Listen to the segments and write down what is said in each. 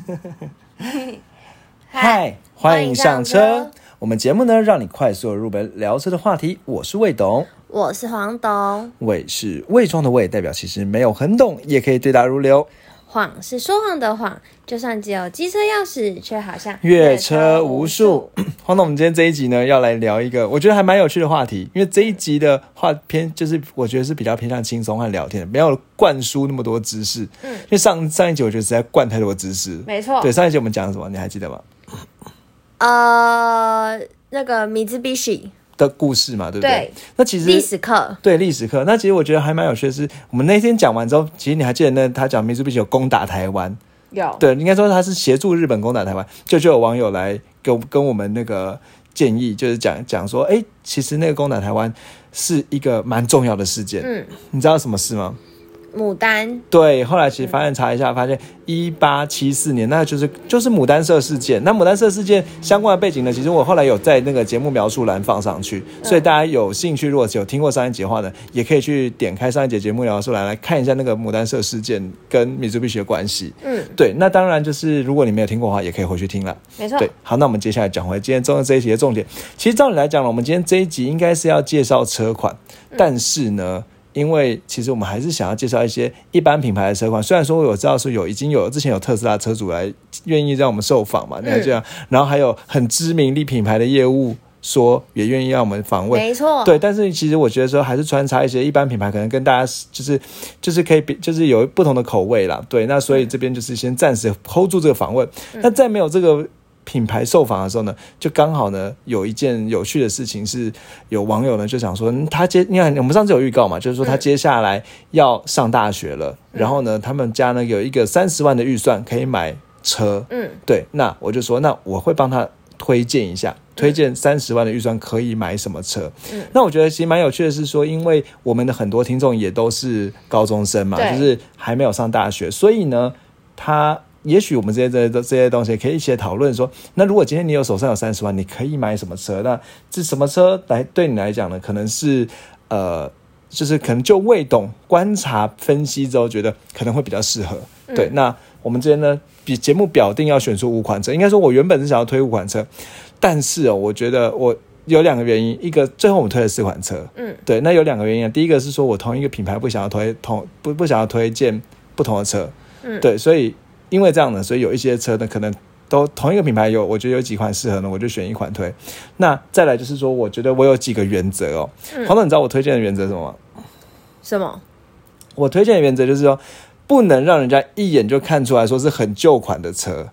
嗨，欢迎上车。我们节目呢，让你快速入门聊车的话题。我是魏董， 我是黄董。 魏是伪装的魏，代表其实没有很懂，也可以对答如流。 谎是说谎的谎，就算只有机车钥匙，却好像阅车无数。黄董，我们今天这一集呢，要来聊一个我觉得还蛮有趣的话题，因为这一集的话偏就是我觉得是比较偏向轻松和聊天的，没有灌输那么多知识。因为上一集我觉得实在灌太多知识。 没错。 对，上一集我们讲什么？你还记得吗？ 那个Mitsubishi 的故事嘛，对不对？ 对， 那其实历史课， 对历史课。那其实我觉得还蛮有趣的是，我们那天讲完之后，其实你还记得他讲 Mitsubishi 有攻打台湾， 有对，应该说他是协助日本攻打台湾，就有网友来跟我们那个建议，就是讲说，其实那个攻打台湾是一个蛮重要的事件。你知道什么事吗？ 牡丹。 对，后来其实发现查一下，发现1874年，那就是牡丹社事件。那牡丹社事件相关的背景呢，其实我后来有在那个节目描述栏放上去，所以大家有兴趣，如果有听过上一集的话呢，也可以去点开上一集节目描述栏来看一下那个牡丹社事件跟 Mitsubishi 的关系。对，那当然就是如果你没有听过的话，也可以回去听了。 没错。 对，好，那我们接下来讲回今天这一集的重点。其实照理来讲呢，我们今天这一集应该是要介绍车款，但是呢，因为其实我们还是想要介绍一些一般品牌的车款，虽然说我知道说已经有之前有特斯拉车主来愿意让我们受访嘛，那这样，然后还有很知名力品牌的业务说也愿意让我们访问， 没错， 对，但是其实我觉得说还是穿插一些一般品牌，可能跟大家就是可以就是有不同的口味啦，对，那所以这边就是先暂时 hold 住这个访问，那在没有这个品牌受访的时候呢，就刚好呢有一件有趣的事情是，有网友呢就想说，因为我们上次有预告嘛，就是说他接下来要上大学了，然后呢他们家呢有一个30万的预算可以买车，对，那我就说那我会帮他推荐一下，推荐30万的预算可以买什么车。那我觉得其实蛮有趣的是说，因为我们的很多听众也都是高中生嘛，就是还没有上大学，所以呢也许我们这些东西可以一起来讨论说，那如果今天你手上有30万，你可以买什么车？那这什么车对你来讲呢？可能是就是可能就未懂观察分析之后，觉得可能会比较适合。对，那我们这边呢，比节目表定要选出5款车，应该说我原本是想要推5款车，但是我觉得我有2个原因，一个最后我们推了4款车，对，那有2个原因，第一个是说我同一个品牌不想要推荐不同的车，对，所以因为这样呢，所以有一些车呢，可能都同一个品牌我觉得有几款适合呢，我就选1款推。那再来就是说，我觉得我有几个原则哦。黄总，你知道我推荐的原则是什么吗？ 什么？我推荐的原则就是说，不能让人家一眼就看出来说是很旧款的车。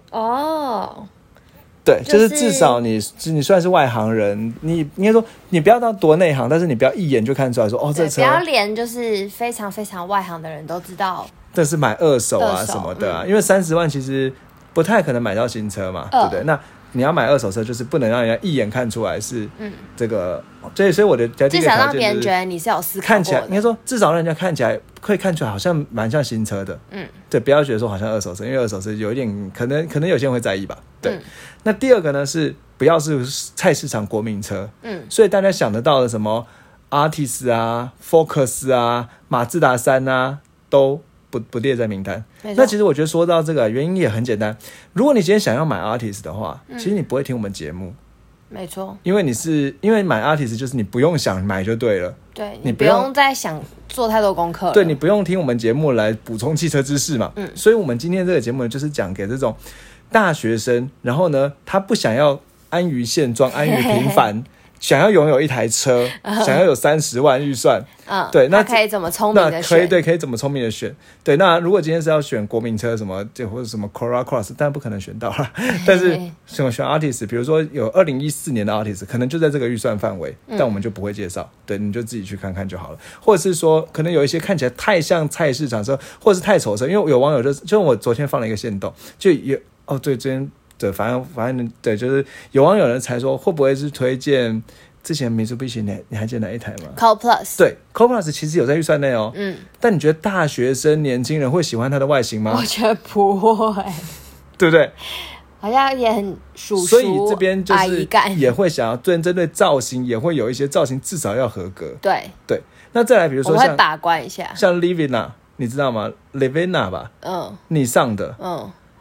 对，就是至少你虽然是外行人，你应该说你不要到多内行，但是你不要一眼就看出来说这车， 不要连就是非常非常外行的人都知道。 这是买二手什么的因为30万其实不太可能买到新车嘛，对不对？那你要买二手车，就是不能让人家一眼看出来是这个，所以我的至少让别人觉得你是有思考过的， 看起来应该说至少让人家看起来会看出来好像蛮像新车的，对，不要觉得说好像二手车，因为二手车有一点可能有些人会在意吧，对。那第二个呢是不要是菜市场国民车，所以大家想得到的什么 Altis 啊、Focus 啊、马自达3啊都不列在名单。那其实我觉得说到这个原因也很简单，如果你今天想要买 Altis 的话，其实你不会听我们节目， 没错， 因为买 Altis 就是你不用想买就对了， 对，你不用再想做太多功课了， 对，你不用听我们节目来补充汽车知识嘛，所以我们今天这个节目呢，就是讲给这种大学生，然后呢他不想要安于现状、安于平凡想要拥有一台车，想要有30万预算，对，那可以怎么聪明的选？ 可以怎么聪明的选？对，那如果今天是要选国民车什么，或者什么 Corolla Cross， 但不可能选到了。但是选 Altis， 比如说有2014年的 Altis， 可能就在这个预算范围，但我们就不会介绍。对，你就自己去看看就好了。或者是说，可能有一些看起来太像菜市场车，或者是太丑车，因为有网友就我昨天放了一个限动，就有对，昨天。对，反正对，就是有网友人才说会不会是推荐之前 Mitsubishi 你还记得哪一台吗 ？Colt Plus。 对 ，Colt Plus 其实有在预算内哦。但你觉得大学生年轻人会喜欢它的外形吗？ 我觉得不会， 对不对？ 好像也很叔叔所以这边就是也会想要针对造型，也会有一些造型至少要合格。 对， 那再来比如说我会把关一下， 像 Livina， 你知道吗 ？Livina 吧，尼桑的，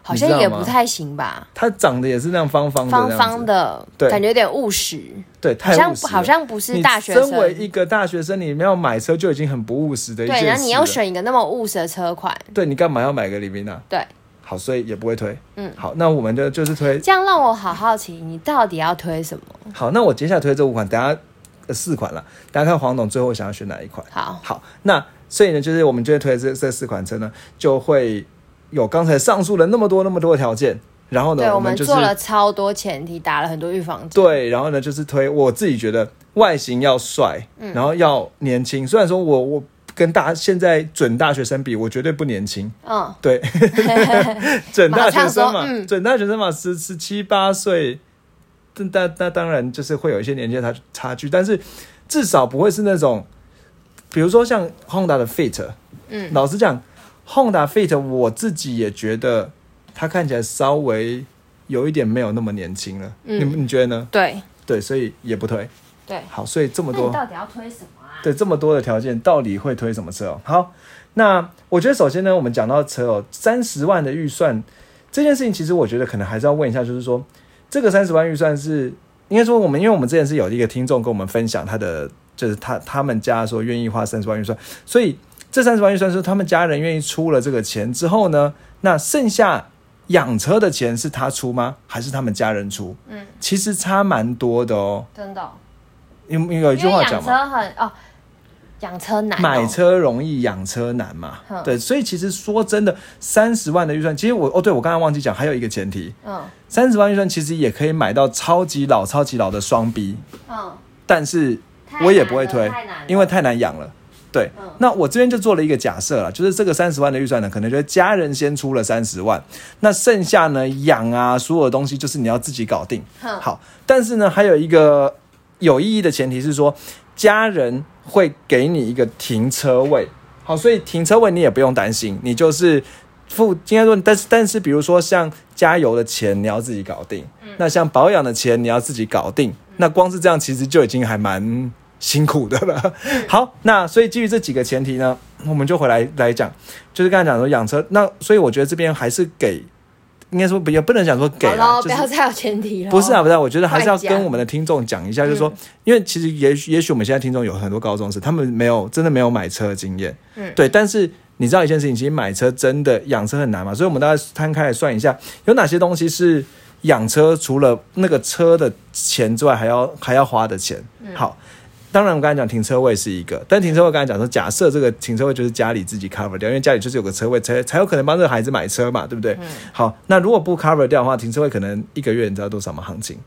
好像也不太行吧？ 它长得也是那样方方的方方的，对，感觉有点务实。 对，太务实了， 好像不是大学生。 你身为一个大学生，你要买车就已经很不务实的一件事了。 对，然后你要选一个那么务实的车款， 对，你干嘛要买个李宾娜？ 对， 好，所以也不会推。好，那我们就是推。 这样让我好好奇，你到底要推什么？ 好，那我接下来推这5款，等下4款了，大家看黄董最后想要选哪一款。好，那所以呢，就是我们就会推这4款车呢，就会有刚才上述的那么多的条件。然后呢， 对，我们做了超多前提，打了很多预防针。 对，然后呢，就是推我自己觉得外形要帅，然后要年轻。虽然说我跟现在准大学生比，我绝对不年轻。对，准大学生嘛，准大学生嘛，17、18岁，那当然就是会有一些年纪的差距，但是至少不会是那种，比如说像 Honda 的 Fit，老实讲 ，Honda Fit 我自己也觉得。他看起来稍微有一点没有那么年轻了，你觉得呢？对，所以也不推。 对， 好，所以这么多， 那你到底要推什么啊？ 对，这么多的条件，到底会推什么车？好，那我觉得首先呢，我们讲到车30万的预算这件事情，其实我觉得可能还是要问一下，就是说这个30万预算是应该说因为我们之前是有一个听众跟我们分享他的，就是他们家说愿意花30万预算，所以这30万预算是他们家人愿意出了这个钱之后呢，那剩下。养车的钱是他出吗？还是他们家人出？其实差蛮多的哦。 真的、哦。 有一句话讲嘛， 养车难、 买车容易，养车难嘛。对，所以其实说真的，30万的预算，其实对我刚刚忘记讲，还有一个前提，30万预算其实也可以买到超级老的双 B。但是我也不会推，因为太难养了。对，那我这边就做了一个假设啦，就是这个30万的预算呢，可能就是家人先出了30万，那剩下呢养啊所有的东西就是你要自己搞定。好，但是呢还有一个有意义的前提是说，家人会给你一个停车位。好，所以停车位你也不用担心，你就是应该说，但是比如说像加油的钱你要自己搞定，那像保养的钱你要自己搞定，那光是这样其实就已经还蛮辛苦的了。好，那所以基于这几个前提呢，我们就回来讲，就是刚才讲说养车，那所以我觉得这边还是给，应该说也不能讲说给啦， 不要再有前提了。 不是啊，我觉得还是要跟我们的听众讲一下，就是说，因为其实也许我们现在听众有很多高中生，他们真的没有买车的经验，对，但是你知道一件事情，其实买车真的养车很难嘛，所以我们大家摊开来算一下，有哪些东西是养车除了那个车的钱之外还要花的钱。好。当然我刚才讲停车位是一个，但停车位刚才讲说，假设这个停车位就是家里自己 cover 掉，因为家里就是有个车位才有可能帮这个孩子买车嘛，对不对？好，那如果不 cover 掉的话，停车位可能一个月你知道多少吗？行情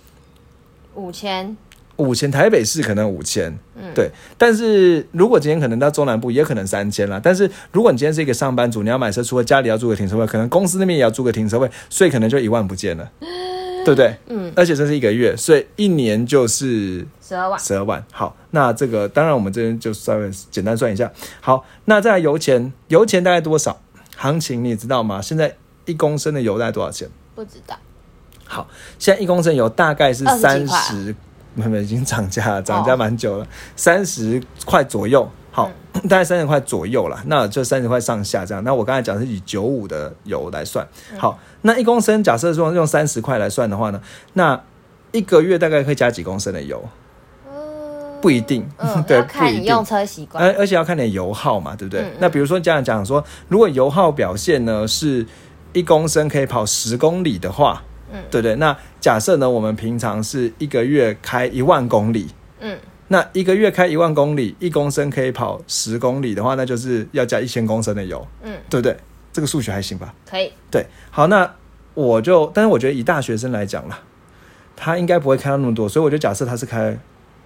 5000，台北市可能5000，对。但是如果今天可能到中南部也可能3000啦。但是如果你今天是一个上班族，你要买车，除了家里要租个停车位，可能公司那边也要租个停车位，所以可能就1万不见了。对不对？而且这是1个月，所以1年就是12万。好，那这个当然我们这边就稍微简单算一下。好，那再来油钱大概多少？行情你也知道吗？现在1公升的油大概多少钱？ 不知道。 好，现在1公升油大概是30，已经涨价蛮久了，30块左右。好，大概30块左右啦，那就30块上下这样。那我刚才讲是以95的油来算。好，那1公升假设说用30块来算的话呢，那1个月大概可以加几公升的油？不一定，对， 要看你用车习惯， 而且要看你的油耗嘛，对不对？那比如说这样讲说，如果油耗表现呢是1公升可以跑10公里的话，对不对？那假设呢我们平常是1个月开1万公里，那1个月开1万公里，1公升可以跑10公里的话，那就是要加1000公升的油，对不对？这个数学还行吧？ 可以。 对，好，那但是我觉得以大学生来讲啦，他应该不会开到那么多，所以我就假设他是开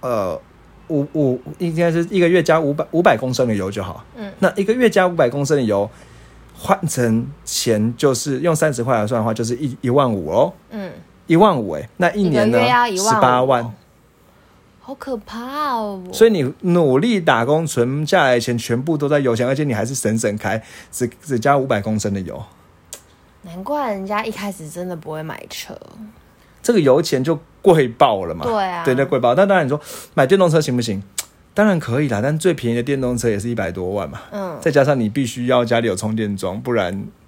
应该是1个月加500公升的油就好。那1个月加500公升的油，换成钱就是用30块来算的话，就是1万5哦。1万5那一年呢？18万。 好可怕哦！ 所以你努力打工存下来的钱全部都在油钱，而且你还是省开，只加500公升的油。 难怪人家一开始真的不会买车， 这个油钱就贵爆了嘛。 对啊， 对，贵爆。但当然你说买电动车行不行？当然可以啦，但最便宜的电动车也是100多万嘛。再加上你必须要家里有充电桩，不然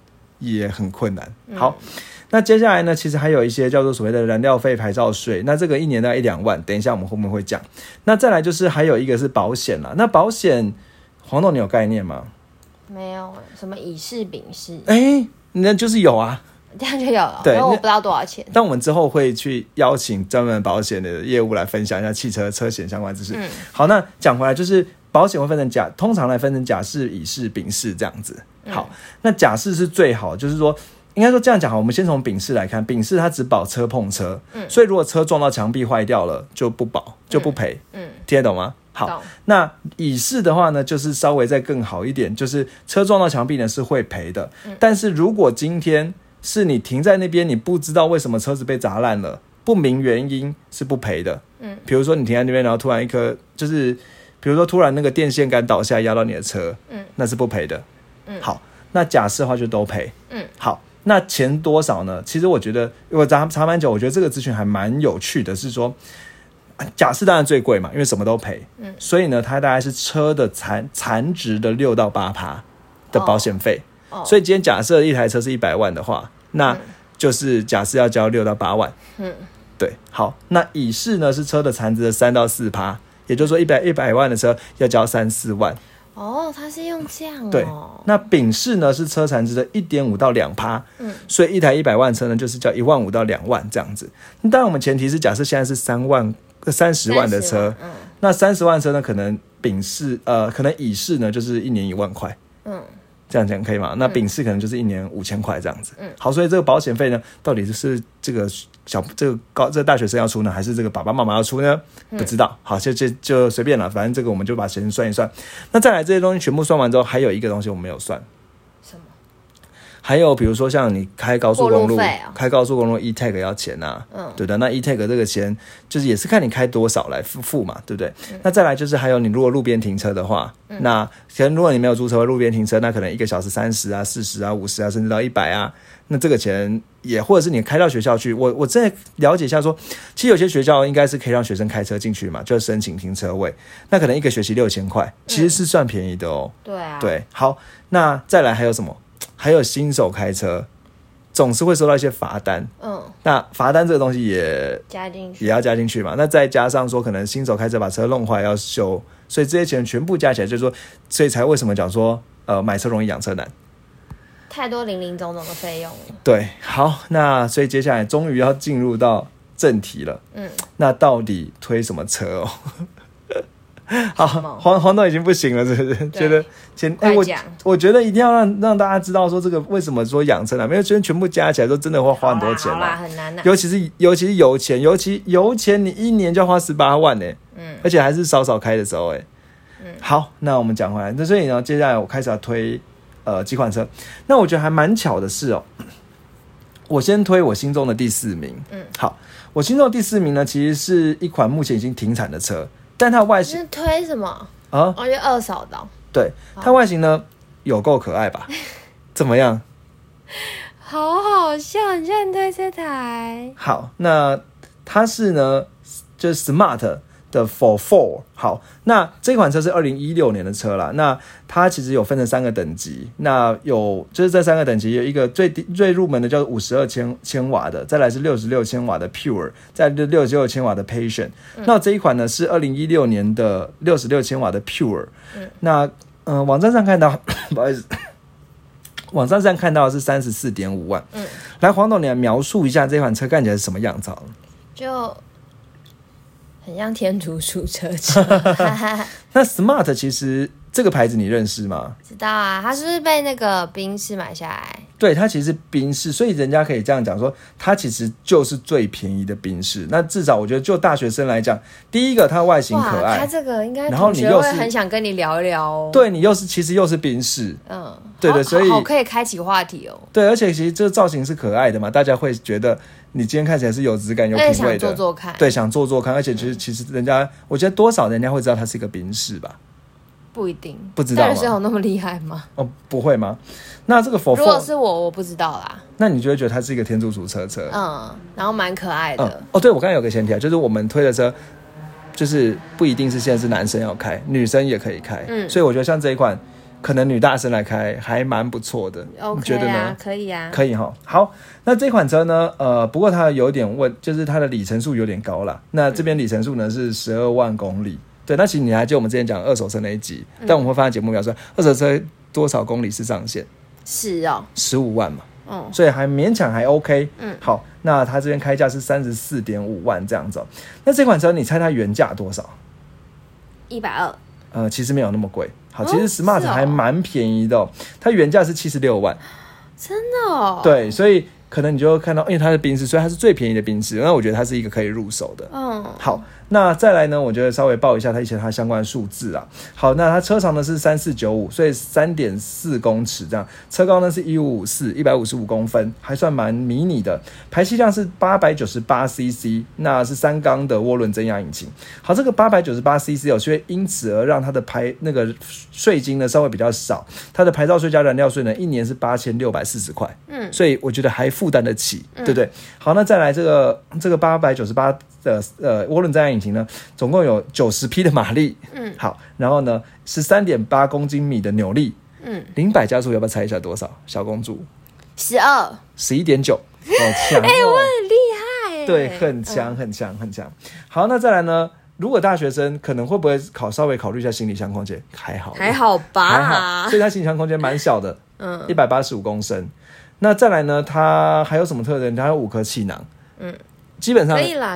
也很困难。好，那接下来呢，其实还有一些叫做所谓的燃料费牌照税，那这个一年大概1-2万，等一下我们后面会讲。那再来就是还有一个是保险啦，那保险黄豆你有概念吗？ 没有，什么乙式丙式， 那就是有啊， 这样就有了。 对， 因为我不知道多少钱。 但我们之后会去邀请专门保险的业务来分享一下汽车车险相关知识。好，那讲回来就是保险会分成通常来分成甲式、乙式、丙式这样子。好，那甲式是最好，就是说应该说这样讲好，我们先从丙式来看，丙式它只保车碰车，所以如果车撞到墙壁坏掉了就不保，就不赔。听得懂吗？好，那乙式的话呢，就是稍微再更好一点，就是车撞到墙壁呢是会赔的，但是如果今天是你停在那边，你不知道为什么车子被砸烂了，不明原因是不赔的。比如说你停在那边，然后突然就是比如说突然那个电线杆倒下压到你的车，那是不赔的。好，那甲式的话就都赔。好，那钱多少呢？其实我觉得我查蛮久，我觉得这个资讯还蛮有趣的，是说甲式当然最贵嘛，因为什么都赔，所以呢它大概是车的残值的6%到8%的保险费。所以今天假设一台车是100万的话，那就是甲式要交6到8万。对，好，那乙式呢是车的残值的3到4%，也就是说100万的车要交3-4万。 它是用这样。 对，那丙式呢是车残值的1.5到2%，所以一台100万车呢就是交15000到2万这样子。当然我们前提是假设现在是30万的车，那30万车呢可能可能乙式呢就是1年1万块。这样讲可以吗？那丙式可能就是1年5000块这样子。好，所以这个保险费呢，到底是这个大学生要出呢，还是这个爸爸妈妈要出呢？不知道。好，就随便了，反正这个我们就把钱算一算。那再来这些东西全部算完之后，还有一个东西我们没有算。 什么？ 还有比如说像你开高速公路，开高速公路 E-Tag 要钱啊，对的。那 E-Tag 这个钱就是也是看你开多少来付嘛，对不对？那再来就是还有你如果路边停车的话，那可能如果你没有租车路边停车，那可能1个小时30啊、40啊、50啊，甚至到100啊，那这个钱也或者是你开到学校去，我真的了解一下说，其实有些学校应该是可以让学生开车进去嘛，就申请停车位，那可能1个学期6000块，其实是算便宜的哦。 对啊， 对，好，那再来还有什么？还有新手开车总是会收到一些罚单，那罚单这个东西也要加进去嘛。那再加上说可能新手开车把车弄坏要修，所以这些钱全部加起来，就是说，所以才为什么讲说买车容易养车难， 太多零零总总的费用了。 对，好，那所以接下来终于要进入到正题了。那到底推什么车哦？好，黄豆已经不行了，是不是？觉得我觉得一定要让大家知道说这个为什么说养车难，因为全部加起来都真的会花很多钱啦， 很难尤其是油钱，油钱你一年就要花18万呢，而且还是少开的时候好，那我们讲回来，那所以呢，接下来我开始要推几款车，那我觉得还蛮巧的是我先推我心中的第4名。好，我心中的第4名呢，其实是一款目前已经停产的车。但它的外形是推什么啊？ 我觉得二手的。 对，它外形呢有够可爱吧？怎么样？ 好好笑！你居然推这台？ 好，那它是呢，就是 Smart 的 4x4。好，那这款车是2016年的车啦。那它其实有分成3个等级，那就是这3个等级有一个最入门的叫做52千瓦的，再来是66千瓦的 Pure， 再来是66千瓦的 Passion。那这一款呢是2016年的66千瓦的 Pure。那网站上看到，不好意思，网站上看到的是34.5万。来，黄董，你来描述一下这款车看起来是什么样子好了？ 就很像天竺鼠车车。 那 Smart 其实这个牌子你认识吗？ 知道啊，它是不是被那个宾士买下来？ 对，它其实是宾士，所以人家可以这样讲说，它其实就是最便宜的宾士。那至少我觉得就大学生来讲，第一个它外形可爱， 它这个应该然后你又是很想跟你聊一聊哦。 对，你其实又是宾士，对的，所以好可以开启话题哦。 对，而且其实这个造型是可爱的嘛，大家会觉得你今天看起来是有质感、有品味的， 想做做看。 对，想做做看，而且其实人家，我觉得多少人家会知道它是一个宾士吧。 不一定， 不知道吗？ 大学生有那么厉害吗？ 不会吗？那这个 4x4， 如果是我不知道啦。 那你就会觉得它是一个天竺鼠车， 然后蛮可爱的。 对，我刚才有个前提啊，就是我们推的车，就是不一定是现在是男生要开，女生也可以开。所以我觉得像这一款， 可能女大生来开还蛮不错的。 OK 你觉得呢？ 可以啊， 可以哈。好，那这款车呢，不过它有点就是它的里程数有点高啦。那这边里程数呢是12万公里。对，那其实你还记得我们之前讲二手车那一集，但我们会发现节目表示二手车多少公里是上限？ 是哦 ，15万嘛。所以还勉强还 OK。好，那它这边开价是34.5万这样子。那这款车你猜它原价多少 ？120。 其实没有那么贵。好，其实 Smart 还蛮便宜的它原价是76万。 真的哦？ 对，所以可能你就会看到，因为它是宾士，所以它是最便宜的宾士。那我觉得它是一个可以入手的。好，那再来呢，我觉得稍微报一下它相关的数字啊。好，那它车长呢是3495，所以 3.4 公尺这样，车高呢是1554 155公分，还算蛮迷你的。排气量是898cc， 那是3缸的涡轮增压引擎。好，这个898cc就会因此而让它的那个税金呢稍微比较少，它的牌照税加燃料税呢1年是8640块。所以我觉得还负担得起，对不对？好，那再来这个898的涡轮增压引擎呢，总共有90匹的马力。好，然后呢是3.8公斤米的扭力。0-100加速要不要猜一下多少？小公主11.9。强我很厉害对，很强。好，那再来呢，如果大学生可能会不会稍微考虑一下行李箱空间？还好吧， 还好，所以它行李箱空间蛮小的，185公升。那再来呢，它还有什么特征？它有5颗气囊。基本上可以啦，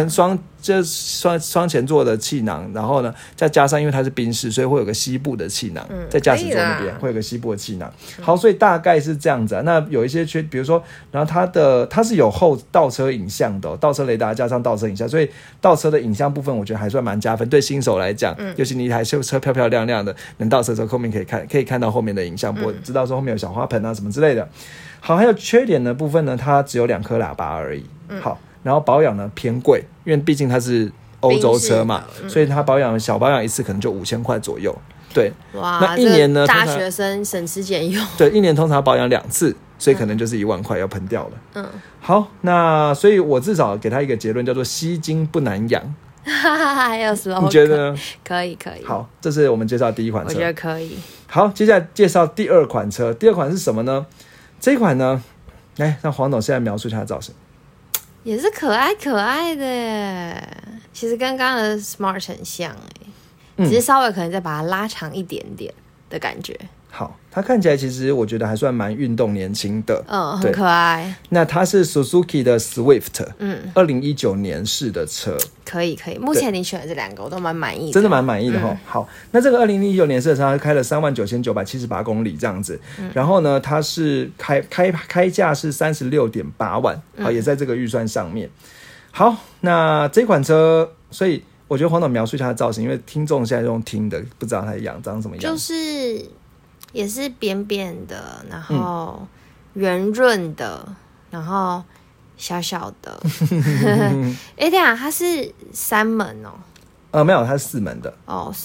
双前座的气囊，然后呢再加上因为它是宾士，所以会有个膝部的气囊，在驾驶座那边会有个膝部的气囊。好，所以大概是这样子啊。那有一些比如说，然后它是有后倒车影像的，倒车雷达加上倒车影像，所以倒车的影像部分我觉得还算蛮加分。对新手来讲，尤其你一台车漂漂亮亮的，能倒车的时候后面可以看到后面的影像，不知道说后面有小花盆啊什么之类的。好，还有缺点的部分呢，它只有2颗喇叭而已。好。然后保养呢偏贵，因为毕竟它是欧洲车嘛，所以它小保养一次可能就5000块左右。对， 哇， 那一年呢， 大学生省吃俭用。 对，一年通常保养2次，所以可能就是1万块要喷掉了。好，那所以我至少给他一个结论，叫做吸金不难养。 还有什么？ 你觉得呢？ 可以。 好，这是我们介绍第一款车， 我觉得可以。 好，接下来介绍第二款车。第二款是什么呢？这一款呢，让黄董现在描述一下它的造型。 也是可爱的耶，其实跟刚刚的 Smart 很像只是稍微可能再把它拉长一点点的感觉。 好，它看起来其实我觉得还算蛮运动年轻的， 很可爱。 那它是 Suzuki 的 Swift， 2019年式的车。可以。 目前你选的这2个我都蛮满意的， 真的蛮满意的好，那这个2019年式的车，它开了39978公里这样子，然后呢，它是开价是36.8万，好，也在这个预算上面。好，那这款车，所以我觉得黄董描述一下它的造型，因为听众现在用听的，不知道它长什么样，就是也是扁扁的，然后圆润的，然后小小的。等一下，它是3门没有，它是4门的。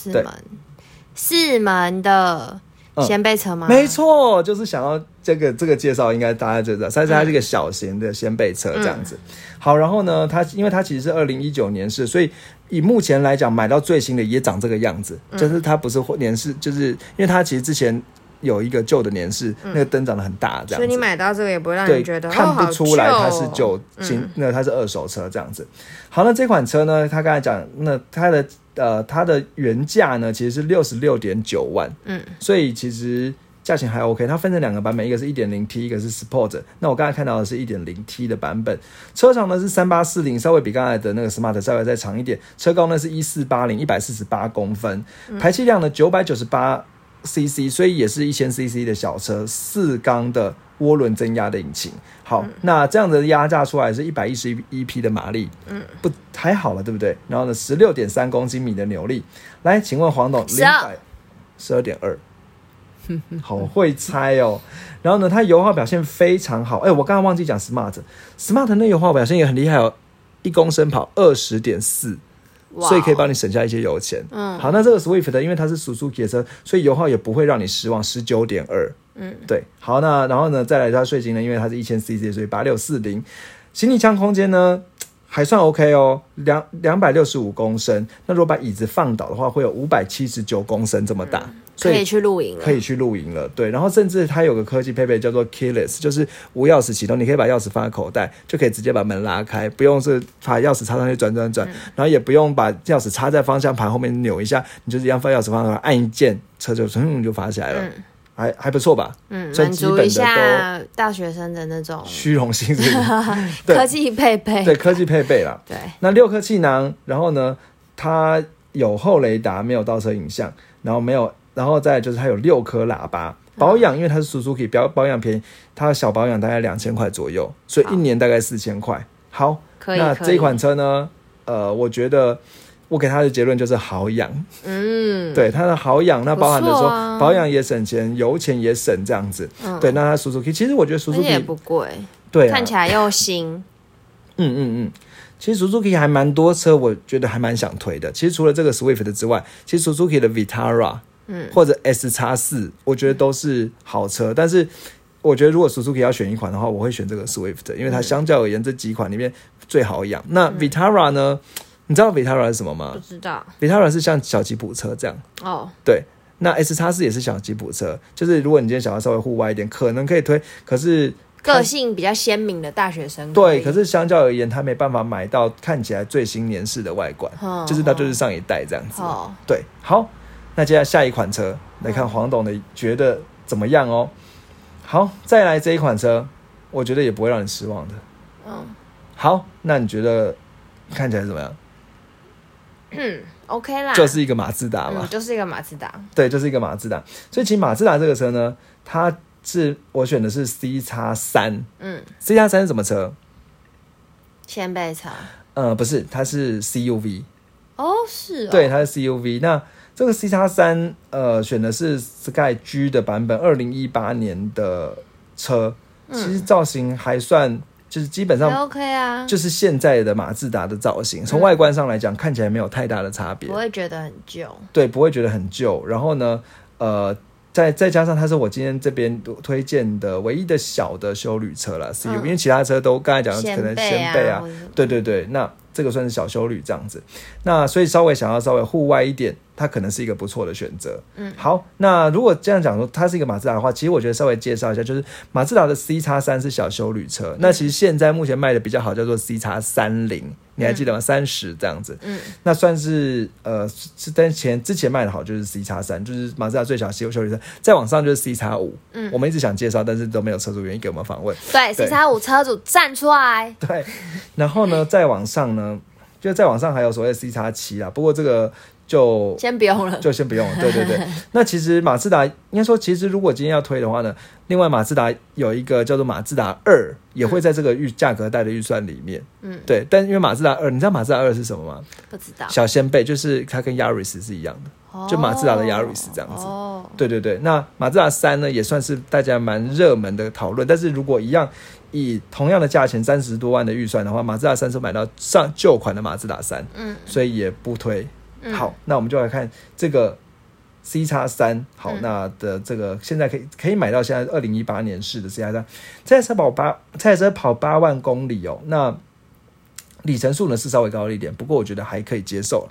4门的掀背车吗？ 没错，就是想要这个介绍，应该大家就知道，它是一个小型的掀背车这样子。好，然后呢，因为它其实是2019年式，所以以目前来讲，买到最新的也长这个样子，就是它不是年式，就是因为它其实之前有一个旧的年式，那个灯长得很大，这样子， 所以你买到这个也不会让你觉得看不出来它是旧新，那它是二手车这样子。好，那这款车呢，他刚才讲，那它的原价呢其实是66.9万，所以其实价钱还 OK。它分成2个版本，一个是 1.0T， 一个是 Sport。那我刚才看到的是 1.0T 的版本，车长呢是3840，稍微比刚才的那个 Smart 稍微再长一点，车高呢是1480 148公分，排气量呢998cc， 所以也是1000cc 的小车，4缸的涡轮增压的引擎。好，那这样的压价出来是111匹的马力，不还好了，对不对？然后呢，16.3公斤米的扭力。来，请问黄董，12.2，好会猜哦。然后呢，它油耗表现非常好。我刚刚忘记讲 Smart 那油耗表现也很厉害哦，1公升跑20.4。所以可以帮你省下一些油钱。好，那这个 Swift 因为它是 Suzuki 的车，所以油耗也不会让你失望，19.2。对。好，那然后呢，再来它税金呢，因为它是1000cc，所以8640。行李箱空间呢， 还算 OK 哦，265公升。那如果把椅子放倒的话，会有579公升这么大， 可以去露营了。 可以去露营了，对。然后甚至它有个科技配备叫做 Keyless， 就是无钥匙启动，你可以把钥匙放在口袋，就可以直接把门拉开，不用是把钥匙插上去转，然后也不用把钥匙插在方向盘后面扭一下，你就是一样放钥匙放上按一键，车就发起来了。还不错吧？ 满足一下大学生的那种虚荣心是科技配备， 对，科技配备啦。 对， 那6颗气囊，然后呢，它有后雷达，没有倒车影像，然后再来就是它有6颗喇叭。保养因为它是 Suzuki， 保养便宜，它的小保养大概2000块左右，所以1年大概4000块。好，那这一款车呢，我觉得我给它的结论就是好养。对，它的好养，那包含的说保养也省钱，油钱也省这样子。对，那它 Suzuki 其实我觉得 Suzuki 也不贵， 对， 看起来又新。 其实 Suzuki 还蛮多车，我觉得还蛮想推的。其实除了这个 Swift 之外，其实 Suzuki 的 Vitara，或者 SX4， 我觉得都是好车。但是我觉得如果 Suzuki 要选一款的话，我会选这个 Swift， 因为它相较而言这几款里面最好养。那 Vitara 呢？你知道 Vitara 是什么吗？ 不知道。 Vitara 是像小吉普车这样。对。那 SX4 也是小吉普车，就是如果你今天想要稍微户外一点，可能可以推，可是个性比较鲜明的大学生对，可是相较而言，他没办法买到看起来最新年式的外观，就是它就是上一代这样子。对，好，那接下来下一款车来看黄董的觉得怎么样哦。好，再来这一款车，我觉得也不会让你失望的。好，那你觉得看起来怎么样 ？OK 啦， 就是一个马自达嘛， 就是一个马自达， 对，就是一个马自达。所以其实马自达这个车呢，我选的是 CX3，CX3是什么车？ 掀背车。 不是，它是 CUV。 是哦。 对，它是 CUV。那这个 CX3 选的是 Sky G 的版本，2018年的车，其实造型还算。就是基本上 OK 啊， 就是现在的马自达的造型，从外观上来讲，看起来没有太大的差别， 不会觉得很旧。 对，不会觉得很旧。然后呢，再加上它是我今天这边推荐的唯一的小的休旅车啦，因为其他车都刚才讲的可能掀背啊，对，那这个算是小休旅这样子。那所以稍微想要户外一点，它可能是一个不错的选择。好，那如果这样讲说它是一个马自达的话，其实我觉得稍微介绍一下，就是马自达的 CX3 是小休旅车，那其实现在目前卖的比较好叫做 CX30，你还记得吗？30这样子。那算是是之前卖的好就是 CX3，就是马自达最小休旅车，再往上就是 CX5。我们一直想介绍，但是都没有车主愿意给我们访问。 对 CX5 车主站出来。 对，然后呢，再往上呢，就再往上还有所谓的 CX7啦，不过这个就先不用了， 对。那其实马自达应该说，其实如果今天要推的话呢，另外马自达有一个叫做马自达2，也会在这个价格带的预算里面。对，但因为马自达2，你知道马自达2是什么吗？ 不知道。 小掀背，就是它跟 Yaris 是一样的，就马自达的 Yaris 这样子。对。那马自达3呢，也算是大家蛮热门的讨论，但是如果一样以同样的价钱30多万的预算的话，马自达3是买到上旧款的马自达3，所以也不推。好，那我们就来看这个 CX3。好，那的这个现在可以买到现在2018年式的 CX3，这台车跑8万公里哦。那里程数呢是稍微高了一点，不过我觉得还可以接受。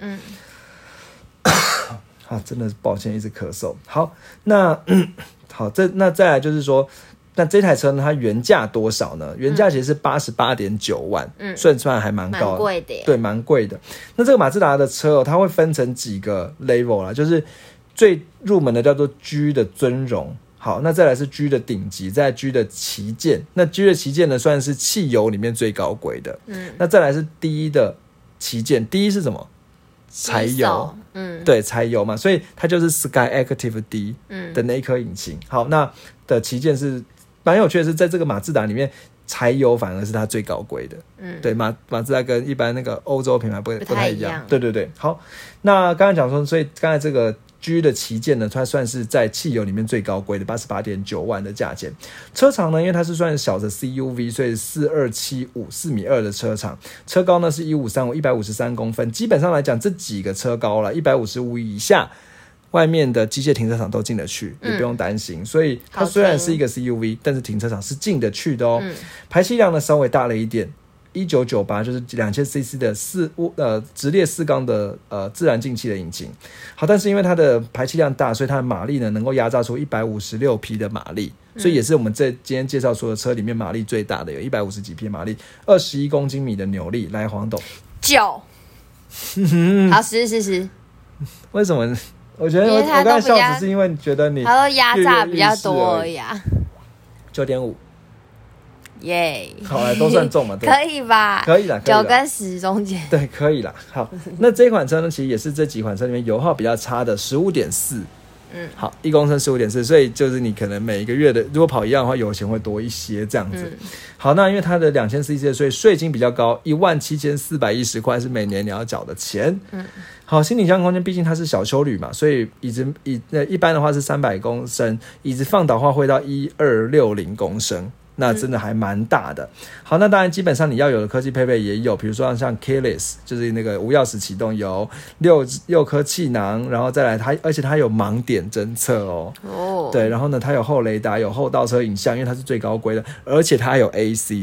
好，真的抱歉，一直咳嗽。好，那好，那再来就是说。那这台车呢？它原价多少呢？原价其实是88.9万，算出来还蛮高的， 蛮贵的耶。 对，蛮贵的。那这个马自达的车它会分成几个 level 啦，就是最入门的叫做 G 的尊荣，好，那再来是 G 的顶级，再来 G 的旗舰。那 G 的旗舰呢，算是汽油里面最高规的。那再来是 D 的旗舰，D 是什么？柴油，对，柴油嘛，所以它就是 Sky Active D 的那一颗引擎。好，那的旗舰是。蛮有趣的是，在这个马自达里面，柴油反而是它最高规的。对，马自达跟一般那个欧洲品牌不太一样。对。好，那刚才讲说，所以刚才这个 G 的旗舰呢，它算是在汽油里面最高规的88.9万的价钱。车长呢，因为它是算小的 CUV， 所以4275 4.2米的车长，车高呢是1535 153公分。基本上来讲，这几个车高了155以下。外面的机械停车场都进得去，也不用担心。所以它虽然是一个 CUV， 但是停车场是进得去的哦。排气量呢稍微大了一点 1998，就是2000cc 的直列4缸的自然进气的引擎。好，但是因为它的排气量大，所以它的马力呢能够压榨出156匹的马力，所以也是我们今天介绍所有车里面马力最大的，有150几匹马力，21公斤米的扭力。来，黄董 9，好10。为什么？我觉得我刚才笑只是因为觉得你他说压榨比较多而已啊。 9.5， 耶， 好啦，都算重嘛，对， 可以吧？ 可以啦 9跟10中间， 对，可以啦。好，那这款车呢，其实也是这几款车里面油耗比较差的，15.4。好，1公升15.4，所以就是你可能每一个月的，如果跑一样的话，油钱会多一些这样子。好，那因为它的2000cc，所以税金比较高，17410块是每年你要缴的钱。好，行李箱空间毕竟它是小休旅嘛，所以一般的话是300公升，椅子放倒的话会到1260公升。那真的还蛮大的。好，那当然基本上你要有的科技配备也有，比如说像 Keyless 就是那个无钥匙启动，有6颗气囊，然后再来而且它有盲点侦测哦。对，然后呢它有后雷达，有后倒车影像，因为它是最高规的，而且它还有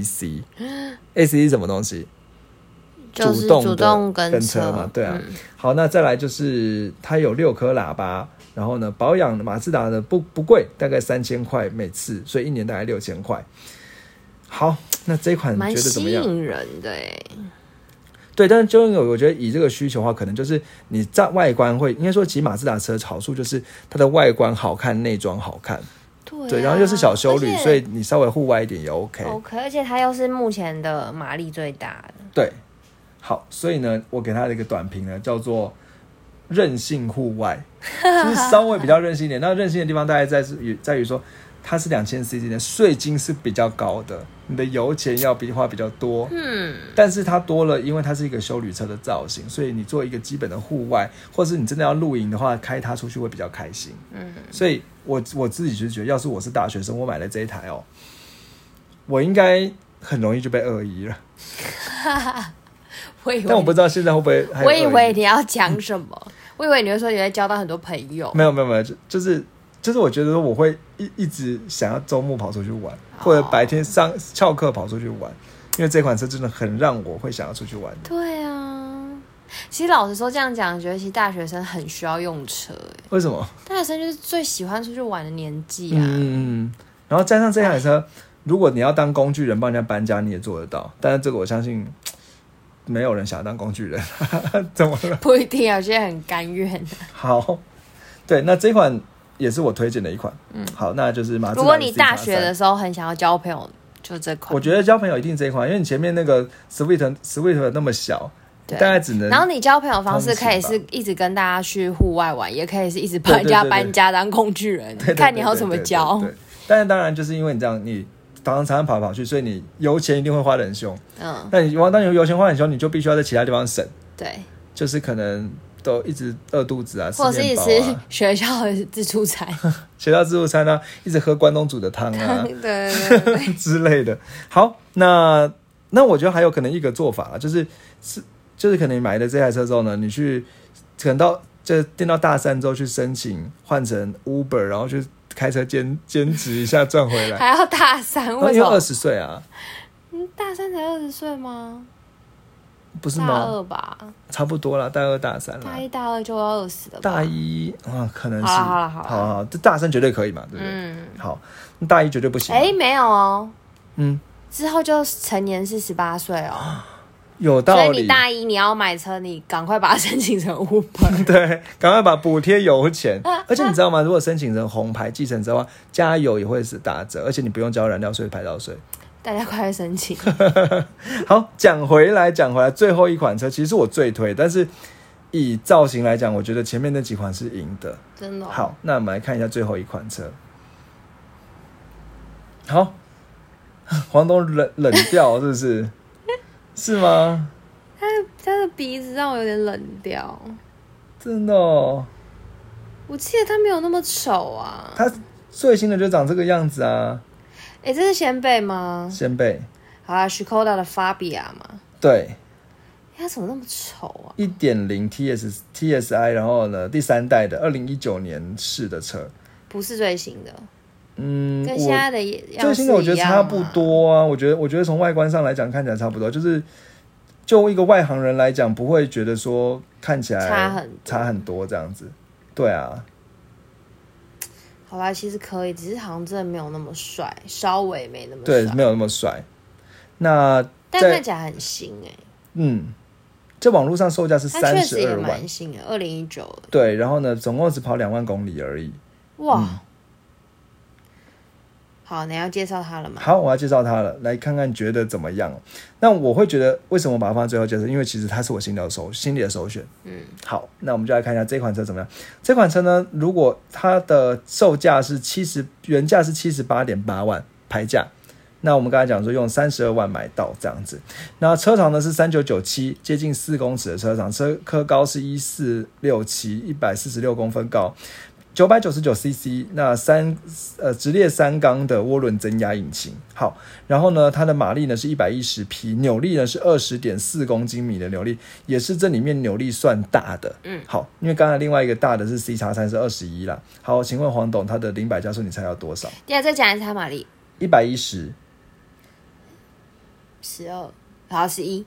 ACC。ACC 是什么东西？ 就是主动跟车嘛，对啊。好，那再来就是它有6颗喇叭。然后呢，保养马自达的不贵，大概3000块每次，所以1年大概6000块。好，那这款觉得怎么样？ 蛮吸引人的耶。 对，但是就我觉得以这个需求的话，可能就是你在外观会，应该说骑马自达车好处就是它的外观好看，内装好看。对，然后又是小休旅，所以你稍微户外一点也 OK， 而且它又是目前的马力最大的。 对，好，所以呢，我给它的一个短评呢，叫做任性户外，就是稍微比较任性一点。那任性的地方大概在于说，它是2000cc的，税金是比较高的，你的油钱要花比较多。但是它多了，因为它是一个休旅车的造型，所以你做一个基本的户外，或是你真的要露营的话，开它出去会比较开心。所以我自己就觉得，要是我是大学生，我买了这一台我应该很容易就被恶意了。但我不知道现在会不会还有。 我以为你要讲什么，我以为你会说你会交到很多朋友。 没有，就是我觉得我会一直想要周末跑出去玩，或者白天翘课跑出去玩，因为这款车真的很让我会想要出去玩。 对啊，其实老实说这样讲，觉得其实大学生很需要用车。 为什么？ 大学生就是最喜欢出去玩的年纪啊。 然后加上这台车，如果你要当工具人帮人家搬家，你也做得到。但是这个我相信没有人想要当工具人。怎么了？ 不一定，有些人很甘愿。 好，对，那这款也是我推荐的一款。好，那就是马自达的 C-Class。如果你大学的时候很想要交朋友，就这款。 我觉得交朋友一定这一款，因为你前面那个 Sweet 那么小，大概只能。 然后你交朋友方式可以是一直跟大家去户外玩，也可以是一直帮人家搬家当工具人，看你要怎么交。 但是当然就是因为你这样，你常常跑来跑去，所以你油钱一定会花得很凶。但你当你油钱花得很凶，你就必须要在其他地方省。对，就是可能都一直饿肚子啊， 或者是一直吃学校的自助餐， 学校自助餐啊，一直喝关东煮的汤啊， 对之类的。好，那我觉得还有可能一个做法就是可能你买了这台车之后呢，你去可能电到大三之后去申请换成 Uber， 然后去开车兼职一下赚回来。 还要大三？为什么？ 因为20岁啊。 大三才20岁吗？ 不是吗？ 大二吧， 差不多啦，大二大三啦。 大一大二就要20了吧。 大一可能是。 好， 这大三绝对可以嘛，对不对？好，大一绝对不行。 没有哦。之后就成年是18岁哦。 有道理。 所以你大一你要买车，你赶快把它申请成Uber。 对，赶快把补贴油钱。而且你知道吗？如果申请成红牌计程车的话，加油也会是打折，而且你不用交燃料税、牌照税。 大家快申请。 好，讲回来，最后一款车其实是我最推，但是以造型来讲，我觉得前面那几款是赢的。 真的。 好，那我们来看一下最后一款车。好，黄东冷掉是不是？是吗？ 他的鼻子让我有点冷掉。 真的哦。 我记得他没有那么丑啊。 他最新的就长这个样子啊。 这是掀背吗？ 掀背。 好啊 ，Škoda 的 Fabia 嘛。 对。 他怎么那么丑啊 1.0 TSI， 然后呢，第3代的2019年式的车。 不是最新的。 跟现在的最新的我觉得差不多啊。我觉得从外观上来讲看起来差不多，就一个外行人来讲，不会觉得说看起来差很多这样子。对啊。 好吧，其实可以，只是好像真的没有那么帅，稍微没那么帅。 对，没有那么帅。但看起来很新这网络上售价是32万， 它确实也蛮新的，2019。 对，然后呢，总共只跑2万公里而已。 哇！好，你要介绍它了吗？ 好，我要介绍它了，来看看觉得怎么样。那我会觉得为什么把它放在最后介绍？因为其实它是我心里的首选。好，那我们就来看一下这款车怎么样。这款车呢，如果它的售价是原价是78.8万牌价，那我们刚才讲说用32万买到这样子。那车长呢是3997，接近4公尺的车长，车高是1467 146公分高。999cc， 那直列3缸的涡轮增压引擎。好，然后呢，它的马力呢是110匹，扭力呢是20.4公斤米的扭力，也是这里面扭力算大的。好，因为刚才另外一个大的是 CX3 是21啦。好，请问黄董，它的0百加速你猜要多少？ 再讲一下马力。 110。 12，好11。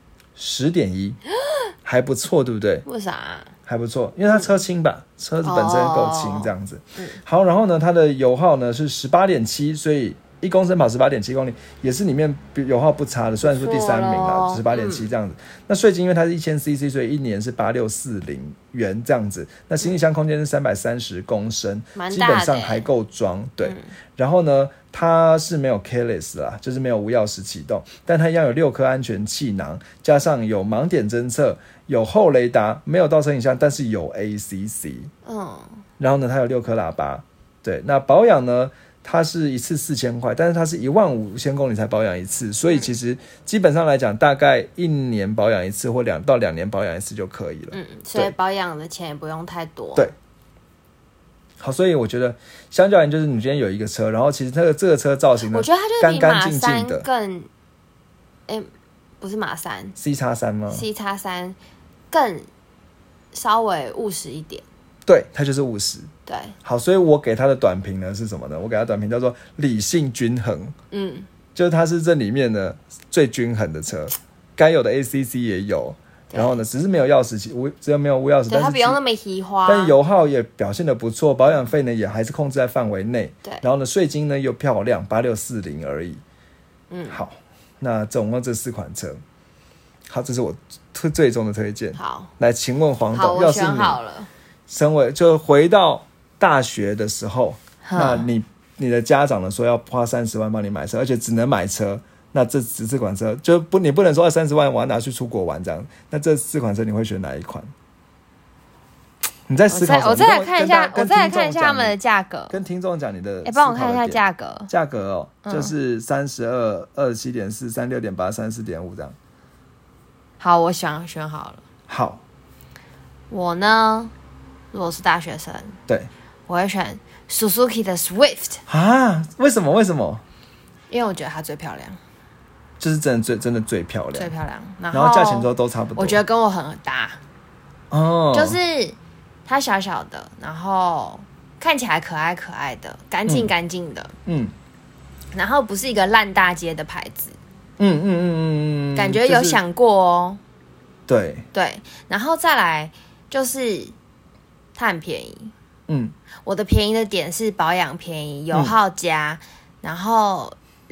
10.1，还不错，对不对？ 为啥还不错，因为它车轻吧，车子本身够轻这样子。好，然后呢，它的油耗呢是 18.7， 所以1公升跑 18.7 公里，也是里面油耗不差的，虽然说第3名啦，18.7 这样子。那税金因为它是1000cc， 所以1年是8640元这样子。那行李箱空间是330公升，基本上还够装。对，然后呢，它是没有 keyless 啦，就是没有无钥匙启动，但它一样有6颗安全气囊，加上有盲点侦测，有后雷达，没有倒车影像，但是有 ACC。然后呢，它有6颗喇叭。对，那保养呢，它是一次4000块，但是它是15000公里才保养一次，所以其实基本上来讲，大概1年保养一次或2到2年保养一次就可以了。 所以保养的钱也不用太多。 对。好，所以我觉得相较而言，就是你今天有一个车，然后其实这个车造型呢， 我觉得它就是比干干净净的， 更，不是马3 CX3 吗 ？CX3 更稍微务实一点。 对，它就是务实。 对， 好，所以我给它的短评呢是什么呢？我给它短评叫做理性均衡。就是它是这里面的最均衡的车，该有的 ACC 也有。然后呢，只是没有钥匙只有没有无钥匙， 对，它不用那么移花， 但油耗也表现得不错，保养费呢也还是控制在范围内。 对， 然后呢，税金呢又漂亮，8640而已。好，那总共这4款车，好，这是我最终的推荐。 好， 来，请问黄董， 我选好了， 身为就回到大学的时候，那你的家长呢说要花30万帮你买车，而且只能买车。那这4款车就你不能说30万我要拿去出国玩这样，那这4款车你会选哪一款？你在思考什么？ 我再来看一下，他们的价格。 跟听众讲你的， 帮我看一下价格。 价格哦，就是32、27.4、36.8、34.5这样。 好，我选好了。 好， 我呢，如果是大学生， 对， 我会选 Suzuki 的 Swift 啊？为什么？ 因为我觉得它最漂亮。 就是真的最漂亮， 最漂亮。然后价钱都差不多， 我觉得跟我很搭。就是它小小的，然后看起来可爱可爱的，干净干净的。然后不是一个烂大街的牌子。感觉有想过哦。 对， 然后再来就是它很便宜。我的便宜的点是保养便宜，油耗佳，然后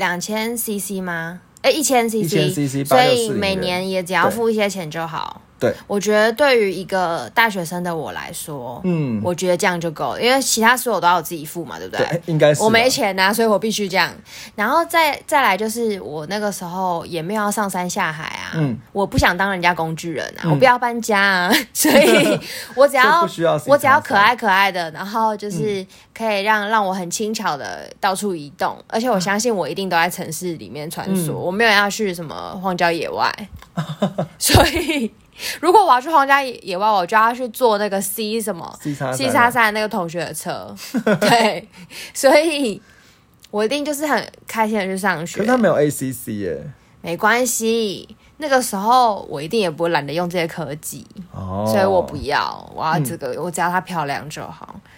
2000cc 吗？1000cc， 所以每年也只要付一些钱就好。 对， 我觉得对于一个大学生的我来说，我觉得这样就够了，因为其他所有都要我自己付嘛，对不对？ 对，应该是我没钱啊，所以我必须这样。然后再来就是我那个时候也没有要上山下海啊，我不想当人家工具人啊，我不要搬家啊，所以我只要可爱可爱的，然后就是可以让我很轻巧的到处移动，而且我相信我一定都在城市里面穿梭，我没有要去什么荒郊野外，所以。如果我要去荒郊野外，我就要去坐那个 CX3那个同学的车，对，所以我一定就是很开心的去上学。 可是他没有 ACC 耶， 没关系，那个时候我一定也不会懒得用这些科技，所以我不要，我要这个，我只要它漂亮就好。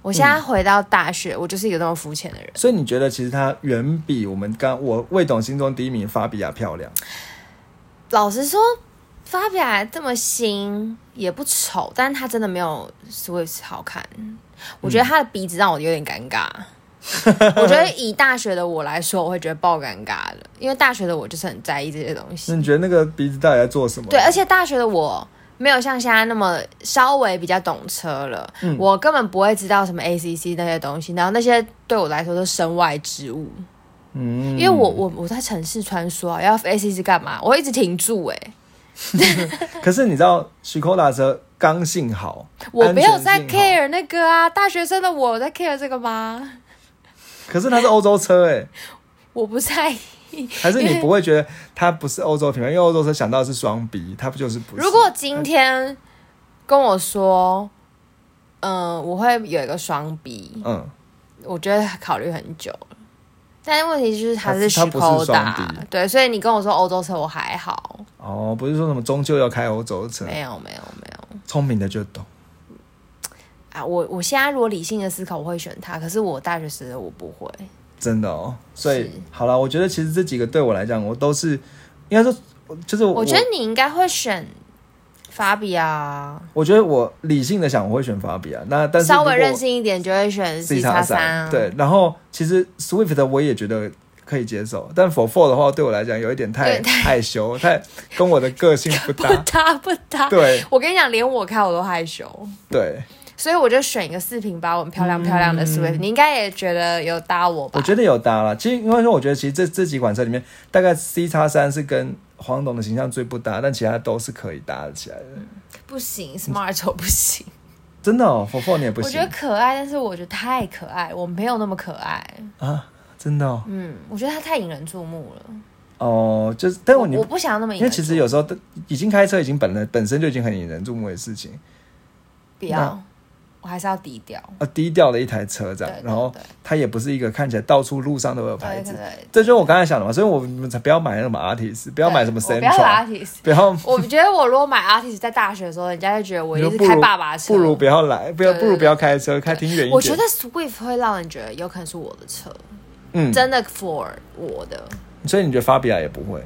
我现在回到大学，我就是一个那么肤浅的人。 所以你觉得其实它远比我未懂心中第一名法比亚漂亮？ 老实说，法比亚这么新也不丑，但是它真的没有 Swift 好看。我觉得它的鼻子让我有点尴尬。我觉得以大学的我来说，我会觉得爆尴尬的，因为大学的我就是很在意这些东西。 那你觉得那个鼻子到底在做什么？ 对，而且大学的我没有像现在那么稍微比较懂车了，我根本不会知道什么 ACC 那些东西，然后那些对我来说都是身外之物。因为我在城市穿梭啊，要 ACC 干嘛？我会一直停住可是你知道 Škoda 車刚性好， 我没有在 care 那个啊，大学生的我在 care 这个吗？ 可是它是欧洲车我不在意。 还是你不会觉得它不是欧洲品牌？因为欧洲车想到的是双 B， 它不就是不是？ 如果今天跟我说，我会有一个双 B，我觉得考虑很久了。但是问题就是它是 Škoda， 对，所以你跟我说欧洲车我还好。 不是说什么终究要开欧洲车？ 没有， 聪明的就懂。 我现在如果理性的思考，我会选它。可是我大学时的我不会。 真的所以好了，我觉得其实这几个对我来讲，我都是应该说，就是我觉得你应该会选法比亚。 我觉得我理性的想，我会选法比亚。那但是稍微任性一点，就会选 C-3。 对，然后其实 Swift 的我也觉得可以接受，但 4 的话对我来讲有一点太害羞，太跟我的个性不搭。 不搭。 对， 我跟你讲，连我开我都害羞。 对。 所以我就选一个4平8稳、漂亮的 Swift，你应该也觉得有搭我吧？ 我觉得有搭啦。其实因为说，我觉得其实这几款车里面，大概 C-3是跟黄董的形象最不搭，但其他都是可以搭得起来的。 不行 ，Smart 不行。 真的4你也不行。 我觉得可爱，但是我觉得太可爱，我没有那么可爱啊！真的我觉得它太引人注目了。 就是，但我不想要那么引人注目， 因为其实有时候已经开车已经本身就已经很引人注目的事情。 不要。我还是要低调， 低调的一台车这样， 对， 然后它也不是一个看起来到处路上都有牌子， 对， 这就是我刚才想的嘛，所以我们才不要买什么 Artis， 不要买什么 Sentra， 不要买 Artis， 不要。 我觉得我如果买 Artis， 在大学的时候，人家就觉得我一定是开爸爸车， 不如不要来，不如不要开车，开挺远一点。 我觉得 Swift 会让人觉得有可能是我的车，真的 for 我的。 所以你觉得法比亚也不会？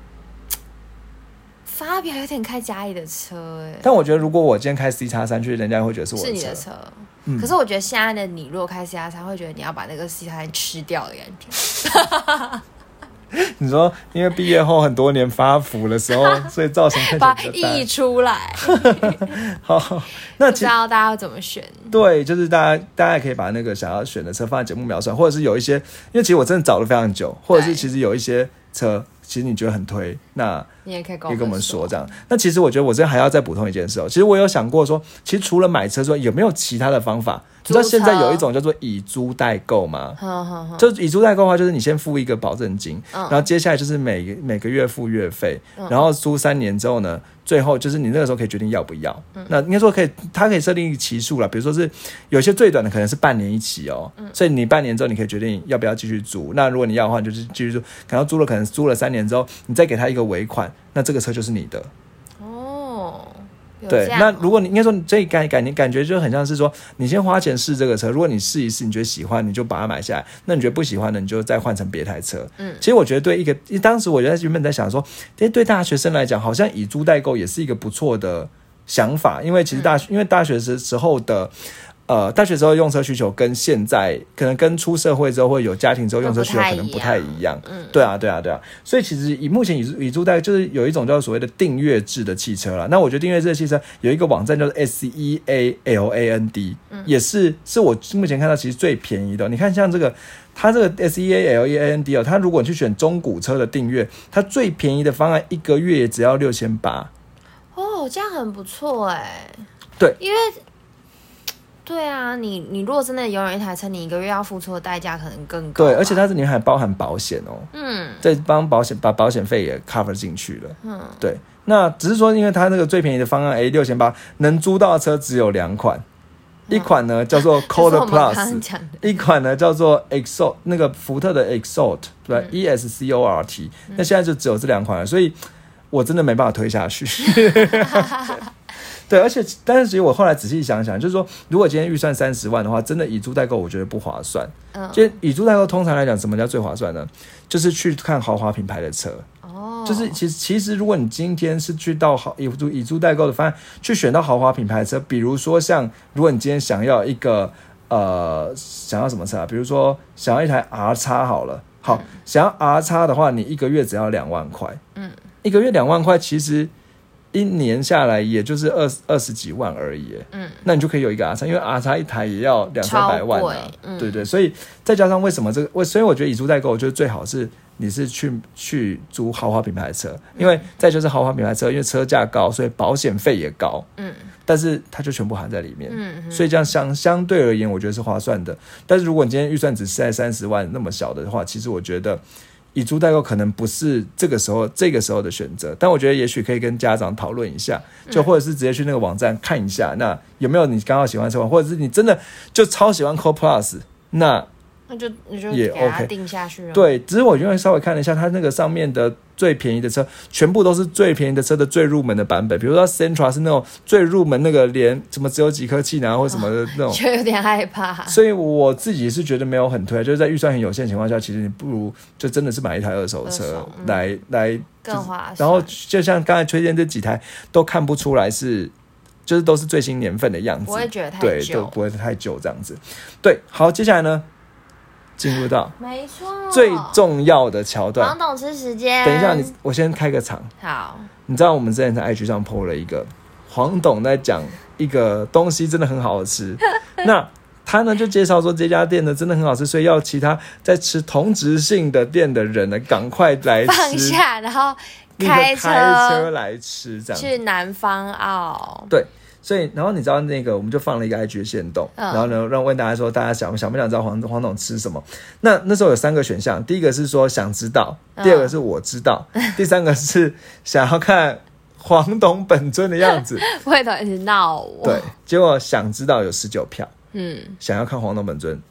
法比亚有点开嘉义的车但我觉得如果我今天开 C-3去，人家会觉得是我的车。 是你的车。可是我觉得现在的你如果开 C-3，会觉得你要把那个 C-3吃掉的感觉。你说因为毕业后很多年发福的时候，所以造成把溢出来。 好，那不知道大家要怎么选？ 对，就是大家也可以把那个想要选的车放在节目描述，或者是有一些，因为其实我真的找了非常久，或者是其实有一些车。其实你觉得很推，那你也可以跟我们说这样。那其实我觉得我这边还要再补充一件事其实我有想过说，其实除了买车之外，有没有其他的方法？你知道现在有一种叫做以租代购吗？就以租代购的话，就是你先付一个保证金，然后接下来就是每个月付月费，然后租3年之后呢，最后就是你那个时候可以决定要不要。那应该说它可以设定期数啦，比如说是有些最短的可能是半年一期所以你半年之后你可以决定要不要继续租。那如果你要的话，你就是继续租，可能租了3年之后，你再给他一个尾款，那这个车就是你的。对，那如果你应该说你这感觉就很像是说，你先花钱试这个车，如果你试一试，你觉得喜欢，你就把它买下来；那你觉得不喜欢的，你就再换成别台车。其实我觉得当时我原本在想说，对大学生来讲，好像以租代购也是一个不错的想法，因为其实因为大学时候的。大学时候用车需求跟现在可能跟出社会之后会有家庭之后用车需求可能不太一样。对啊。所以其实目前以租代就是有一种叫所谓的订阅制的汽车啦。那我觉得订阅制的汽车有一个网站叫做 SEALAND，也是我目前看到其实最便宜的。你看像这个。它这个 SEALAND 它如果你去选中古车的订阅，它最便宜的方案1个月也只要6800。 这样很不错对， 因为。对啊，你如果真的拥有一台车，你1个月要付出的代价可能更高。 对，而且它这里面还包含保险再帮把保险费也 cover 进去了。对，那只是说，因为它那个最便宜的方案6800能租到的车只有2款，一款呢叫做 Coda Plus， 一款呢叫做 Exalt， 那个福特的 Exalt， 对，ESCORT。那现在就只有这2款了，所以我真的没办法推下去。 对，而且但是其实我后来仔细想想，就是说如果今天预算30万的话，真的以租代购我觉得不划算。就以租代购通常来讲，什么叫最划算呢？就是去看豪华品牌的车。就是其实如果你今天是去到以租代购的方案去选到豪华品牌的车，比如说像如果你今天想要一个想要什么车啊？比如说想要一台 R 叉好了，好，想要 R 叉的话，你一个月只要2万块，一个月2万块，其实一年下来也就是20几万而已，那你就可以有一个 R 叉，因为 R 叉一台也要200-300万啊，对对，所以再加上为什么所以我觉得以租代购，我觉得最好是你是去租豪华品牌的车，因为再就是豪华品牌车，因为车价高，所以保险费也高，但是它就全部含在里面，所以这样相对而言，我觉得是划算的。但是如果你今天预算只是在30万那么小的话，其实我觉得以租代购可能不是这个时候的选择，但我觉得也许可以跟家长讨论一下，就或者是直接去那个网站看一下，那有没有你刚好喜欢的车款，或者是你真的就超喜欢 Core Plus， 那你就给它定下去了。 对，只是我因为稍微看了一下，它那个上面的最便宜的车，全部都是最便宜的车的最入门的版本。比如说 Sentra 是那种最入门那个连什么只有几颗气囊或什么的那种， 就有点害怕。 所以我自己是觉得没有很推，就是在预算很有限的情况下，其实你不如就真的是买一台二手车来更划算。 然后就像刚才推荐这几台都看不出来就是都是最新年份的样子， 不会觉得太旧， 对，都不会太旧这样子。对，好，接下来呢？进入到没错最重要的桥段， 黄董吃时间。 等一下，我先开个场。 好， 你知道我们之前在 IG 上 po 了一个黄董在讲一个东西真的很好吃，那他呢就介绍说这家店呢真的很好吃，所以要其他在吃同质性的店的人呢赶快来吃， 放下，然后开车来吃，这样去南方澳。 对。所以，然后你知道那个，我们就放了一个 IG 的限动，然后呢，问大家说，大家想不想知道黄董吃什么？那时候有3个选项，第一个是说想知道，第二个是我知道，第三个是想要看黄董本尊的样子。 会一直闹我。 对，结果想知道有19票，想要看黄董本尊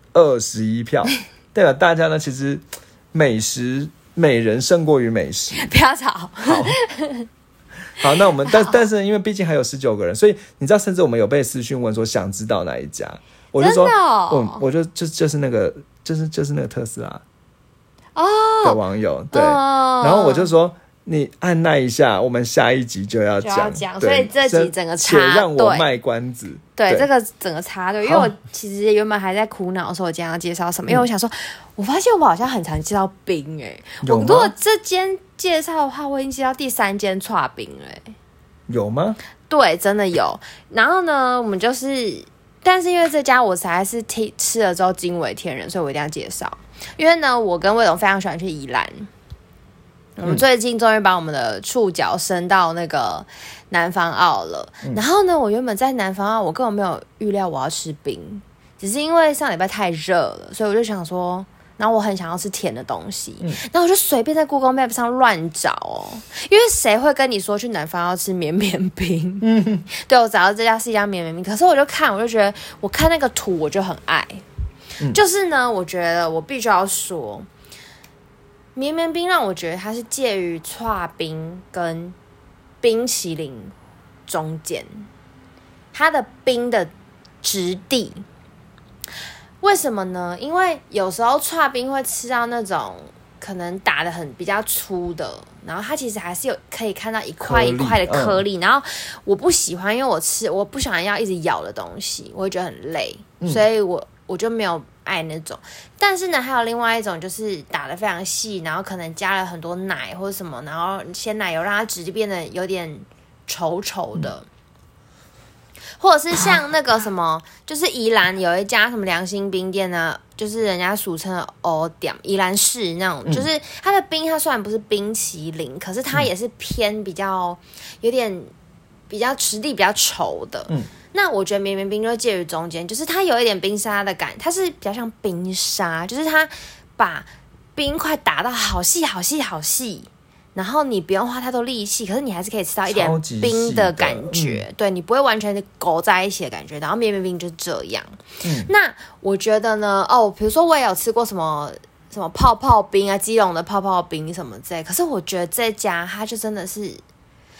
21票，代表大家呢其实美人胜过于美食。 不要吵。 好，那我们但是因为毕竟还有19个人，所以你知道，甚至我们有被私讯问说想知道哪一家，我就说，我就是那个就是那个特斯拉的网友，对，然后我就说你按捺一下，我们下一集就要讲， 所以这集整个插队， 且让我卖关子。 对，这个整个插队，因为我其实原本还在苦恼说我今天要介绍什么，因为我想说，我发现我好像很常介绍冰我如果这间介绍的话，我已经介绍第3间剉冰了有吗？ 对，真的有。然后呢，我们但是因为这家我实在是吃了之后惊为天人，所以我一定要介绍。因为呢，我跟魏董非常喜欢去宜兰。我们最近终于把我们的触角伸到那个南方澳了，然后呢，我原本在南方澳，我根本没有预料我要吃冰，只是因为上礼拜太热了，所以我就想说，然后我很想要吃甜的东西，然后我就随便在 Google Map 上乱找因为谁会跟你说去南方要吃绵绵冰？对，我找到这家是一家绵绵冰，可是我就觉得我看那个图我就很爱，就是呢，我觉得我必须要说。绵绵冰让我觉得它是介于剉冰跟冰淇淋中间，它的冰的质地，为什么呢？因为有时候剉冰会吃到那种可能打得比较粗的，然后它其实还是可以看到一块一块的颗粒，然后我不喜欢，因为我不喜欢要一直咬的东西，我会觉得很累，所以我就没有爱那种。但是呢，还有另外一种就是打得非常细，然后可能加了很多奶或者什么，然后鲜奶油让它质地变得有点稠稠的。或者是像那个什么，就是宜兰有一家什么良心冰店呢，就是人家俗称的欧点宜兰市那种，就是它的冰，它虽然不是冰淇淋，可是它也是偏比较有点比较质地比较稠的。那我觉得绵绵冰就介于中间，就是它有一点冰沙的感，它是比较像冰沙，就是它把冰块打到好细好细好细。然后你不用花太多力气，可是你还是可以吃到一点冰的感觉，对，你不会完全勾在一起的感觉。然后绵绵冰就是这样。那我觉得呢，比如说我也有吃过什么泡泡冰啊，基隆的泡泡冰什么之类，可是我觉得这家它就真的是，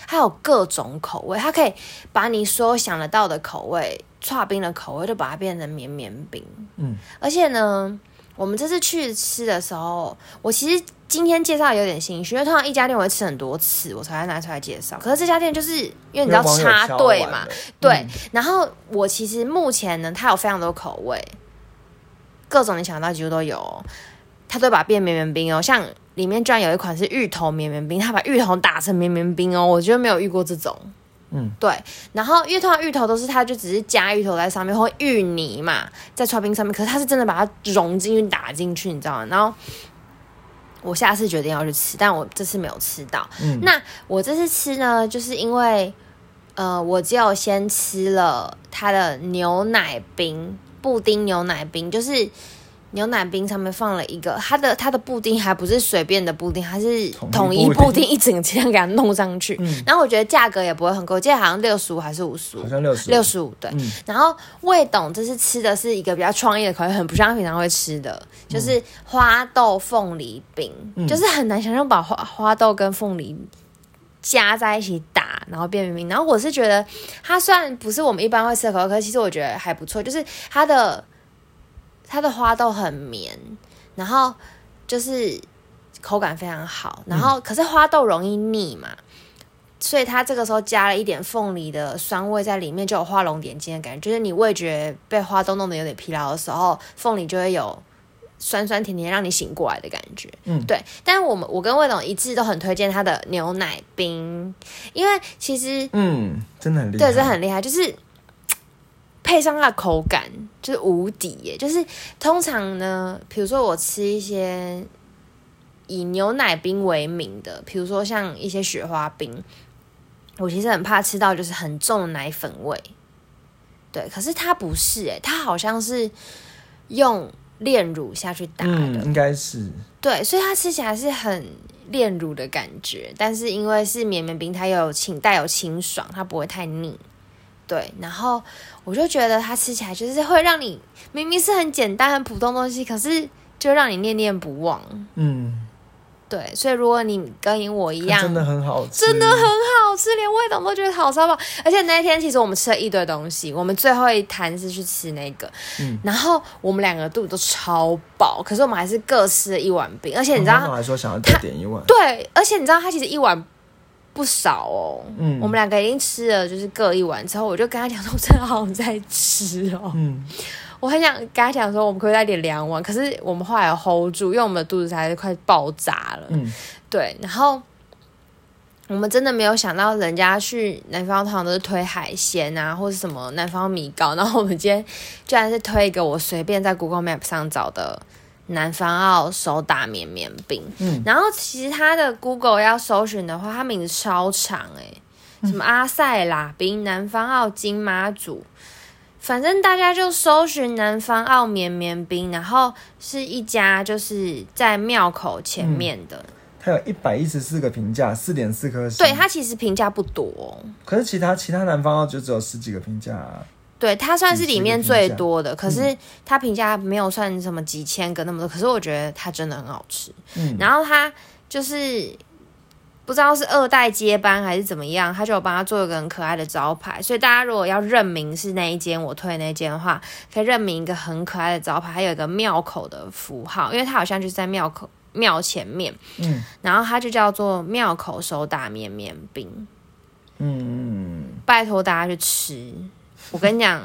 它有各种口味，它可以把你所有想得到的口味，剉冰的口味就把它变成绵绵冰。而且呢，我们这次去吃的时候，我其实今天介绍有点心虚，因为通常一家店我会吃很多次，我才会拿出来介绍。可是这家店就是因为你知道插队嘛，对。然后我其实目前呢，它有非常多口味，各种你想到几乎都有，它都把它变绵绵冰哦。像里面居然有一款是芋头绵绵冰，它把芋头打成绵绵冰哦，我觉得没有遇过这种。对，然后因为通常芋头都是它就只是加芋头在上面，或芋泥嘛在刨冰上面，可是它是真的把它融进去打进去，你知道吗？然后我下次决定要去吃，但我这次没有吃到。那我这次吃呢，就是因为我只有先吃了它的牛奶冰布丁牛奶冰，就是牛奶冰上面放了一个它的布丁，还不是随便的布丁，它是统一布丁一整个这样给它弄上去。然后我觉得价格也不会很贵，我记得好像65还是55， 好像65 对。然后魏董这次吃的是一个比较创意的口味，很不像平常会吃的，就是花豆凤梨冰，就是很难想象把花豆跟凤梨加在一起打，然后变绵绵。然后我是觉得它虽然不是我们一般会吃的口味，可是其实我觉得还不错，就是它的花豆很绵，然后就是口感非常好，然后可是花豆容易腻嘛，所以它这个时候加了一点凤梨的酸味在里面，就有画龙点睛的感觉，就是你味觉被花豆弄得有点疲劳的时候，凤梨就会有酸酸甜甜让你醒过来的感觉。对。但是我跟魏董一致都很推荐它的牛奶冰，因为其实真的很厉害， 对，真的很厉害，就是配上它的口感就是无敌耶。就是通常呢，比如说我吃一些以牛奶冰为名的，比如说像一些雪花冰，我其实很怕吃到就是很重的奶粉味。对，可是它不是耶，它好像是用炼乳下去打的， 应该是。 对，所以它吃起来是很炼乳的感觉，但是因为是绵绵冰，它又带有清爽，它不会太腻。对，然后我就觉得它吃起来就是会让你明明是很简单很普通的东西，可是就让你念念不忘。对，所以如果你跟我一样， 真的很好吃， 真的很好吃，连味道都觉得好烧饱。而且那一天其实我们吃了一堆东西，我们最后一摊是去吃那个，然后我们两个肚子都超饱，可是我们还是各吃了一碗冰。而且你知道， 我还说想要再点一碗。 对，而且你知道他其实一碗不少哦。我们两个已经吃了就是各一碗之后，我就跟他讲说，我真的好想再吃哦。我很想跟他讲说，我们可以再点2碗，可是我们后来有 hold 住，因为我们的肚子才是快爆炸了。对，然后我们真的没有想到，人家去南方通常都是推海鲜啊，或是什么南方米糕，然后我们今天居然是推一个我随便在 Google Map 上找的南方澳手打绵绵冰。然后其实它的 Google 要搜寻的话，它名字超长什么阿塞拉冰、南方澳金妈祖。反正大家就搜寻南方澳绵绵冰，然后是一家就是在庙口前面的。 它有114个评价，4.4颗星。 对，它其实评价不多， 可是其他南方澳就只有10几个评价对，它算是里面最多的，可是它评价没有算什么几千个那么多，可是我觉得它真的很好吃。然后它就是不知道是2代接班还是怎么样，他就有帮他做一个很可爱的招牌，所以大家如果要认明是那一间我推的那一间的话，可以认明一个很可爱的招牌，还有一个庙口的符号，因为它好像就是在庙前面。然后它就叫做庙口手打绵绵冰。拜托大家去吃，我跟你讲，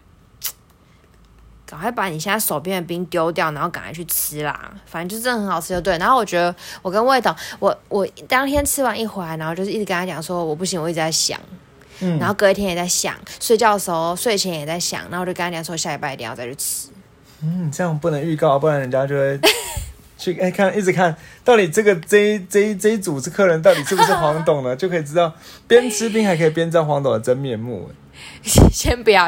赶快把你现在手边的冰丢掉，然后赶快去吃啦！反正就真的很好吃，就对。然后我觉得我跟魏董，我当天吃完一回来，然后就是一直跟他讲说我不行，我一直在想，然后隔一天也在想，睡觉的时候睡前也在想，然后我就跟他讲说下礼拜一定要再去吃。 这样不能预告，不然人家就会去一直看到底这一组客人到底是不是黄董呢？就可以知道边吃冰还可以边知道黄董的真面目。 先不要。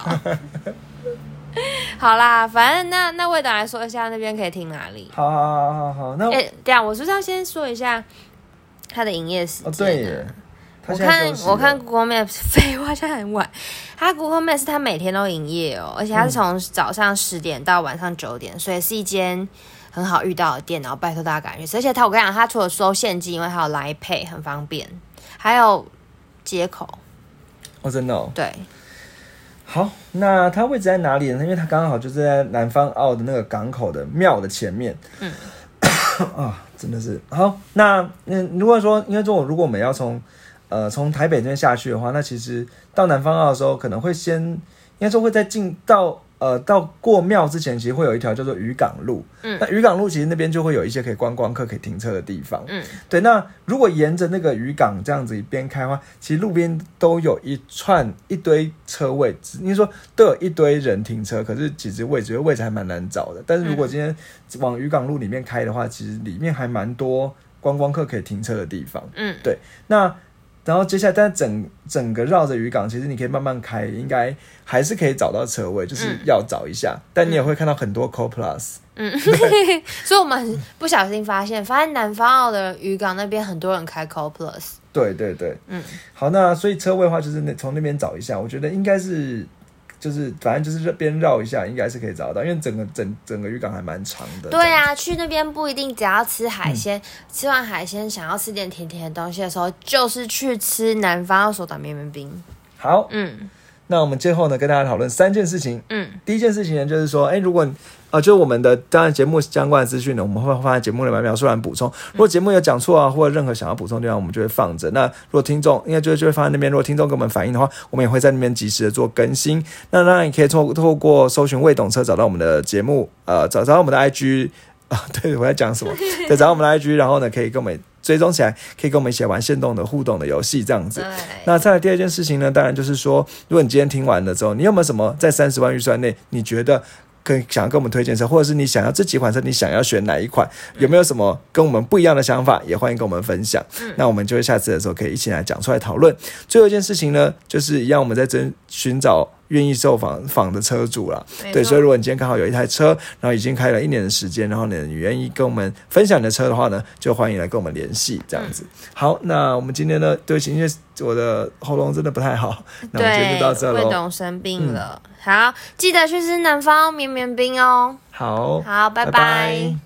好啦，反正那魏导来说一下那边可以听哪里。 好，那等一下我是不是要先说一下他的营业时间？ 对耶， 我看 Google Maps， 废话，现在很晚。他 Google Maps 他每天都营业哦，而且他是从早上10点到晚上9点，所以是一间很好遇到的店，然后拜托大家赶快去吃。而且我跟你讲，他除了收现金，因为还有 Line Pay 很方便，还有街口。 哦，真的哦。 对。 好，那它位置在哪里呢？因为它刚好就是在南方澳的那个港口的庙的前面。啊，真的是好。那如果说，应该说，如果我们要从台北这边下去的话，那其实到南方澳的时候，可能会先，应该说会在进到过庙之前，其实会有一条叫做渔港路。那渔港路其实那边就会有一些可以观光客可以停车的地方。对。那如果沿着那个渔港这样子一边开的话，其实路边都有一堆车位，你说都有一堆人停车，可是其实位置还蛮难找的。但是如果今天往渔港路里面开的话，其实里面还蛮多观光客可以停车的地方。对。那然后接下来，但整个绕着渔港，其实你可以慢慢开，应该还是可以找到车位，就是要找一下。但你也会看到很多 Co-Plus。 所以我们不小心发现南方澳的渔港那边很多人开 Co-Plus。 对。好，那所以车位的话，就是从那边找一下，我觉得应该是。就是反正就是这边绕一下，应该是可以找到，因为整个渔港还蛮长的。 对啊，去那边不一定只要吃海鲜，吃完海鲜想要吃点甜甜的东西的时候，就是去吃南方澳手打绵绵冰。 好，那我们最后呢，跟大家讨论3件事情。第一件事情呢，就是说，如果就是我们的当然节目相关的资讯呢，我们会放在节目里面描述栏补充。如果节目有讲错啊，或者任何想要补充的地方，我们就会放着。那如果听众应该就会放在那边。如果听众跟我们反映的话，我们也会在那边及时的做更新。那当然也可以透过搜寻未懂车找到我们的节目，找到我们的 IG 啊，对，我在讲什么？对，找到我们的 IG， 然后呢，可以跟我们追踪起来，可以跟我们一起玩限动的互动的游戏这样子。那再来第二件事情呢，当然就是说，如果你今天听完了之后，你有没有什么在30万预算内，你觉得想要跟我们推荐车，或者是你想要这几款车，你想要选哪一款，有没有什么跟我们不一样的想法，也欢迎跟我们分享。那我们就会下次的时候可以一起来讲出来讨论。最后一件事情呢，就是一样我们在寻找愿意受访的车主啦。对，所以如果你今天刚好有一台车，然后已经开了1年的时间，然后呢你愿意跟我们分享你的车的话呢，就欢迎来跟我们联系这样子。好，那我们今天呢，对不起，因为我的喉咙真的不太好，那我们今天就到这了。 魏董生病了。好，记得去吃南方绵绵冰哦。 好， 拜拜。